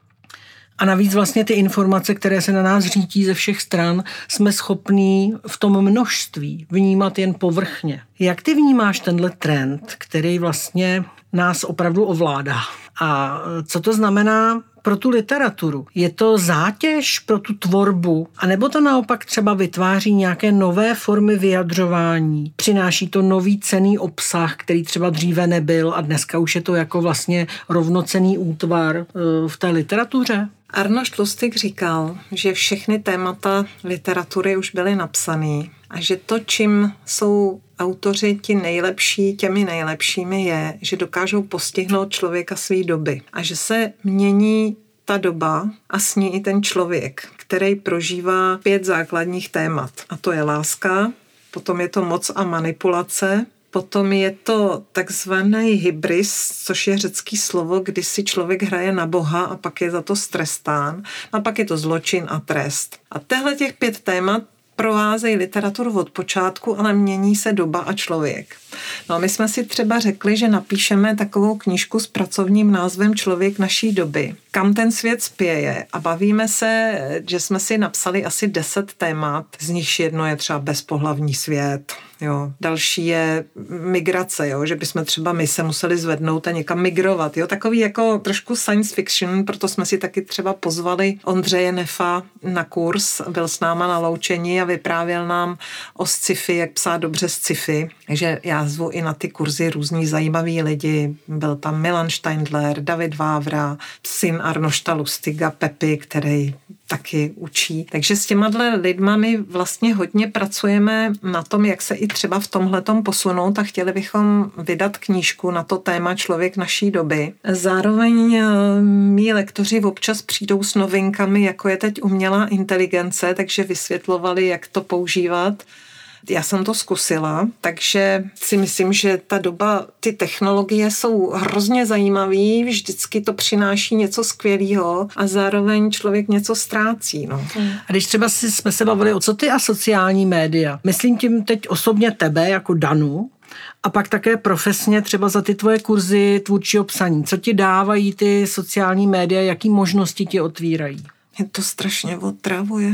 A navíc vlastně ty informace, které se na nás řítí ze všech stran, jsme schopní v tom množství vnímat jen povrchně. Jak ty vnímáš tenhle trend, který vlastně nás opravdu ovládá? A co to znamená pro tu literaturu? Je to zátěž pro tu tvorbu? A nebo to naopak třeba vytváří nějaké nové formy vyjadřování? Přináší to nový cenný obsah, který třeba dříve nebyl a dneska už je to jako vlastně rovnocenný útvar v té literatuře? Arnošt Lustig říkal, že všechny témata literatury už byly napsané a že to, čím jsou autoři ti nejlepší, těmi nejlepšími je, že dokážou postihnout člověka své doby a že se mění ta doba a s ní i ten člověk, který prožívá pět základních témat. A to je láska, potom je to moc a manipulace, potom je to takzvaný hybris, což je řecký slovo, kdy si člověk hraje na Boha a pak je za to strestán. A pak je to zločin a trest. A tehle těch pět témat provázejí literaturu od počátku, ale mění se doba a člověk. No a my jsme si třeba řekli, že napíšeme takovou knížku s pracovním názvem Člověk naší doby. Kam ten svět spěje a bavíme se, že jsme si napsali asi deset témat, z nich jedno je třeba bezpohlavní svět, jo. Další je migrace, jo, že bychom třeba my se museli zvednout a někam migrovat, jo, takový jako trošku science fiction, proto jsme si taky třeba pozvali Ondřeje Nefa na kurz, byl s náma na loučení a vyprávěl nám o sci-fi, jak psát dobře sci-fi, takže já zvu i na ty kurzy různý zajímavý lidi, byl tam Milan Steindler, David Vávra, syn Arnošta Lustiga, Pepi, který taky učí. Takže s těma lidma my vlastně hodně pracujeme na tom, jak se i třeba v tomhletom posunout a chtěli bychom vydat knížku na to téma Člověk naší doby. Zároveň mí lektoři občas přijdou s novinkami, jako je teď umělá inteligence, takže vysvětlovali, jak to používat. Já jsem to zkusila, takže si myslím, že ta doba, ty technologie jsou hrozně zajímavý, vždycky to přináší něco skvělého a zároveň člověk něco ztrácí. No. A když třeba si, jsme se bavili o co ty a sociální média, myslím tím teď osobně tebe jako Danu, a pak také profesně třeba za ty tvoje kurzy tvůrčího psaní. Co ti dávají ty sociální média, jaký možnosti ti otvírají? Mě to strašně otravuje.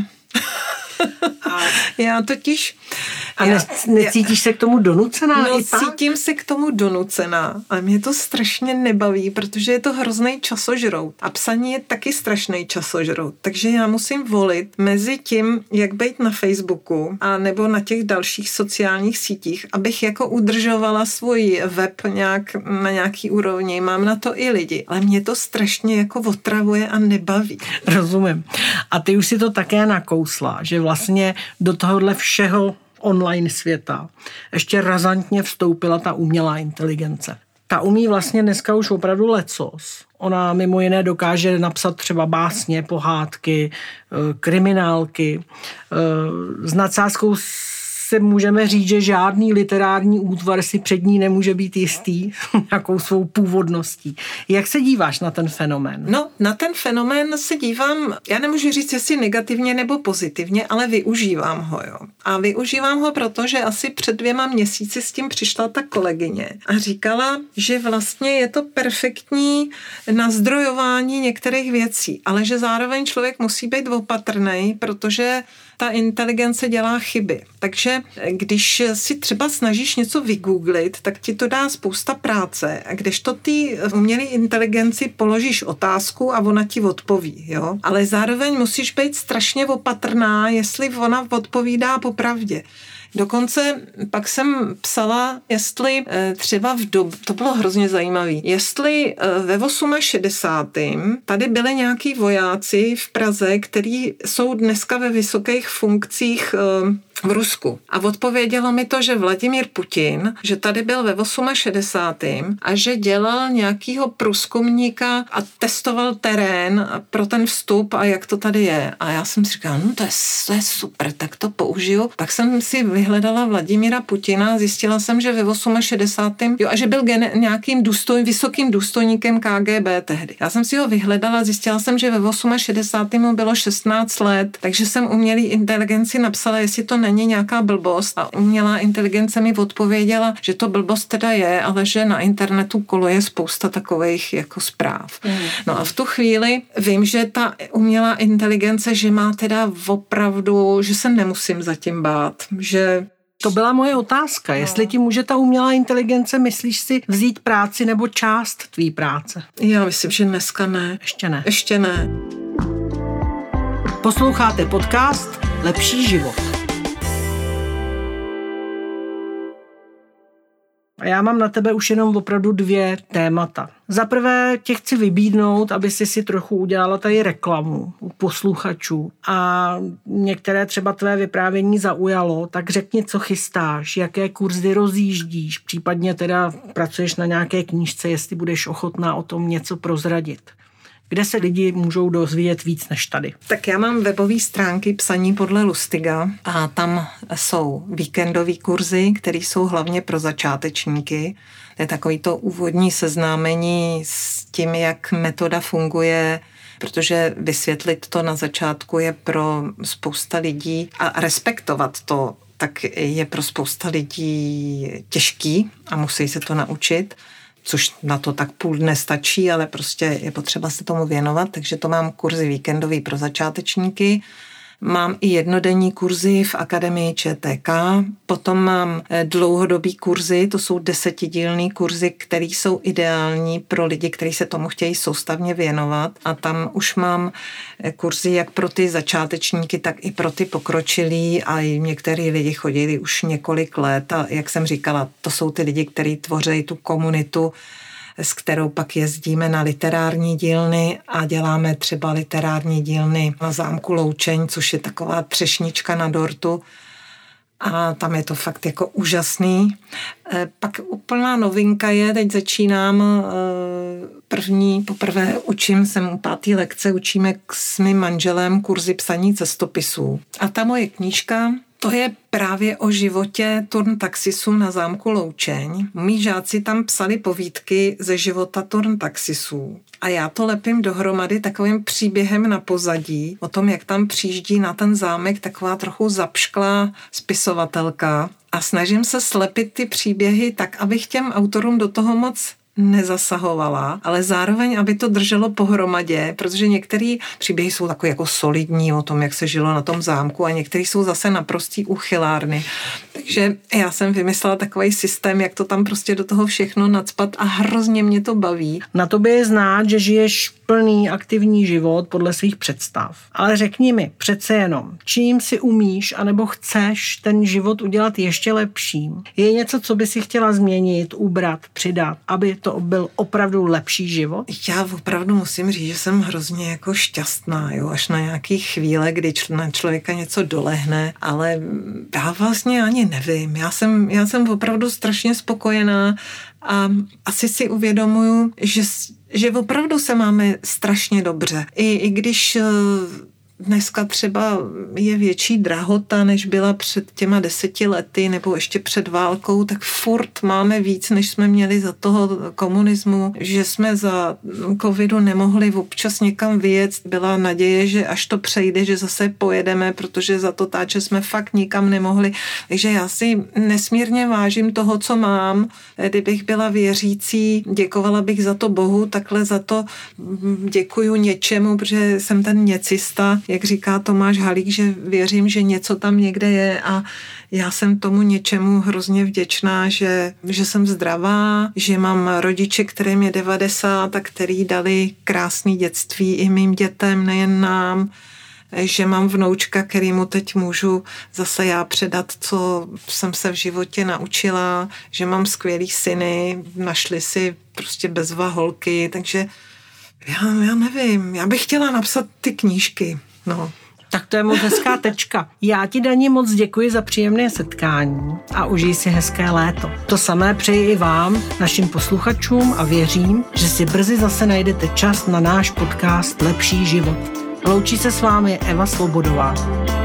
A já totiž... A já, necítíš se k tomu donucená? No, i tak? Cítím se k tomu donucená a mě to strašně nebaví, protože je to hrozný časožrout. A psaní je taky strašný časožrout. Takže já musím volit mezi tím, jak být na Facebooku a nebo na těch dalších sociálních sítích, abych jako udržovala svůj web nějak na nějaký úrovni. Mám na to i lidi, ale mě to strašně jako otravuje a nebaví. Rozumím. A ty už si to také nakousla, že vlastně do tohohle všeho online světa ještě razantně vstoupila ta umělá inteligence. Ta umí vlastně dneska už opravdu lecos. Ona mimo jiné dokáže napsat třeba básně, pohádky, kriminálky. S nadsázkou se můžeme říct, že žádný literární útvar si před ní nemůže být jistý nějakou svou původností. Jak se díváš na ten fenomén? No, na ten fenomén se dívám, já nemůžu říct, jestli negativně nebo pozitivně, ale využívám ho, jo. A využívám ho, protože asi před dvěma měsíci s tím přišla ta kolegyně a říkala, že vlastně je to perfektní na zdrojování některých věcí, ale že zároveň člověk musí být opatrný, protože ta inteligence dělá chyby. Takže když si třeba snažíš něco vygooglit, tak ti to dá spousta práce. A když to ty umělé inteligenci položíš otázku a ona ti odpoví, jo? Ale zároveň musíš být strašně opatrná, jestli ona odpovídá popravdě. Dokonce pak jsem psala, jestli třeba v dob... to bylo hrozně zajímavé, jestli ve šedesátém osmém tady byli nějaký vojáci v Praze, kteří jsou dneska ve vysokých funkcích v Rusku. A odpovědělo mi to, že Vladimír Putin, že tady byl ve šedesátém osmém a že dělal nějakýho průzkumníka a testoval terén pro ten vstup a jak to tady je. A já jsem si říkala, no to je, to je super, tak to použiju. Pak jsem si vyhledala Vladimíra Putina, zjistila jsem, že ve šedesátém osmém jo, a že byl gen, nějakým důstoj, vysokým důstojníkem K G B tehdy. Já jsem si ho vyhledala, zjistila jsem, že ve šedesátém osmém mu bylo šestnáct let, takže jsem umělý inteligenci napsala, jestli to není nějaká blbost a umělá inteligence mi odpověděla, že to blbost teda je, ale že na internetu koluje spousta takových jako zpráv. Mm. No a v tu chvíli vím, že ta umělá inteligence, že má teda opravdu, že se nemusím zatím bát, že to byla moje otázka. No. Jestli ti může ta umělá inteligence, myslíš si, vzít práci nebo část tvý práce? Já myslím, že dneska ne. Ještě ne. Ještě ne. Posloucháte podcast Lepší život. A já mám na tebe už jenom opravdu dvě témata. Za prvé tě chci vybídnout, aby si si trochu udělala tady reklamu u posluchačů a některé třeba tvé vyprávění zaujalo, tak řekni, co chystáš, jaké kurzy rozjíždíš, případně teda pracuješ na nějaké knížce, jestli budeš ochotná o tom něco prozradit. Kde se lidi můžou dozvědět víc než tady? Tak já mám webové stránky Psaní podle Lustiga a tam jsou víkendové kurzy, které jsou hlavně pro začátečníky. To je takový to úvodní seznámení s tím, jak metoda funguje, protože vysvětlit to na začátku je pro spousta lidí a respektovat to, tak je pro spousta lidí těžký a musí se to naučit. Což na to tak půl dne stačí, ale prostě je potřeba se tomu věnovat, takže to mám kurzy víkendový pro začátečníky. Mám i jednodenní kurzy v Akademii Č T K, potom mám dlouhodobý kurzy, to jsou desetidílný kurzy, které jsou ideální pro lidi, kteří se tomu chtějí soustavně věnovat a tam už mám kurzy jak pro ty začátečníky, tak i pro ty pokročilí a některý lidi chodili už několik let a jak jsem říkala, to jsou ty lidi, kteří tvoří tu komunitu, s kterou pak jezdíme na literární dílny a děláme třeba literární dílny na zámku Loučeň, což je taková třešnička na dortu a tam je to fakt jako úžasný. Pak úplná novinka je, teď začínám první, poprvé učím, jsem u pátý lekce, učíme s mým manželem kurzy psaní cestopisů. A ta moje knížka, to je právě o životě turntaxisů na zámku Loučeň. Mí žáci tam psali povídky ze života turntaxisů. A já to lepím dohromady takovým příběhem na pozadí, o tom, jak tam přijíždí na ten zámek taková trochu zapšklá spisovatelka. A snažím se slepit ty příběhy tak, abych těm autorům do toho moc nezasahovala, ale zároveň, aby to drželo pohromadě, protože některé příběhy jsou takové jako solidní o tom, jak se žilo na tom zámku a některé jsou zase naprostý uchylárny. Takže já jsem vymyslela takový systém, jak to tam prostě do toho všechno nacpat a hrozně mě to baví. Na tobě je znát, že žiješ plný aktivní život podle svých představ. Ale řekni mi přece jenom, čím si umíš anebo chceš ten život udělat ještě lepším? Je něco, co by si chtěla změnit, ubrat, přidat, aby to byl opravdu lepší život? Já opravdu musím říct, že jsem hrozně jako šťastná, jo, až na nějaký chvíle, kdy čl- na člověka něco dolehne, ale já vlastně ani nevím. Já jsem, já jsem opravdu strašně spokojená a asi si uvědomuju, že, že opravdu se máme strašně dobře. I, i když dneska třeba je větší drahota, než byla před těma deseti lety nebo ještě před válkou, tak furt máme víc, než jsme měli za toho komunismu, že jsme za covidu nemohli občas někam vyjet. Byla naděje, že až to přejde, že zase pojedeme, protože za to táče jsme fakt nikam nemohli. Takže já si nesmírně vážím toho, co mám. Kdybych byla věřící, děkovala bych za to Bohu, takhle za to děkuju něčemu, protože jsem ten něcista, jak říká Tomáš Halík, že věřím, že něco tam někde je a já jsem tomu něčemu hrozně vděčná, že, že jsem zdravá, že mám rodiče, kterým je devadesát a který dali krásný dětství i mým dětem, nejen nám, že mám vnoučka, kterýmu teď můžu zase já předat, co jsem se v životě naučila, že mám skvělý syny, našli si prostě bezva holky, takže já, já nevím, já bych chtěla napsat ty knížky. No. Tak to je moc hezká tečka. Já ti, Dani, moc děkuji za příjemné setkání a užij si hezké léto. To samé přeji i vám, našim posluchačům, a věřím, že si brzy zase najdete čas na náš podcast Lepší život. Loučí se s vámi Eva Svobodová.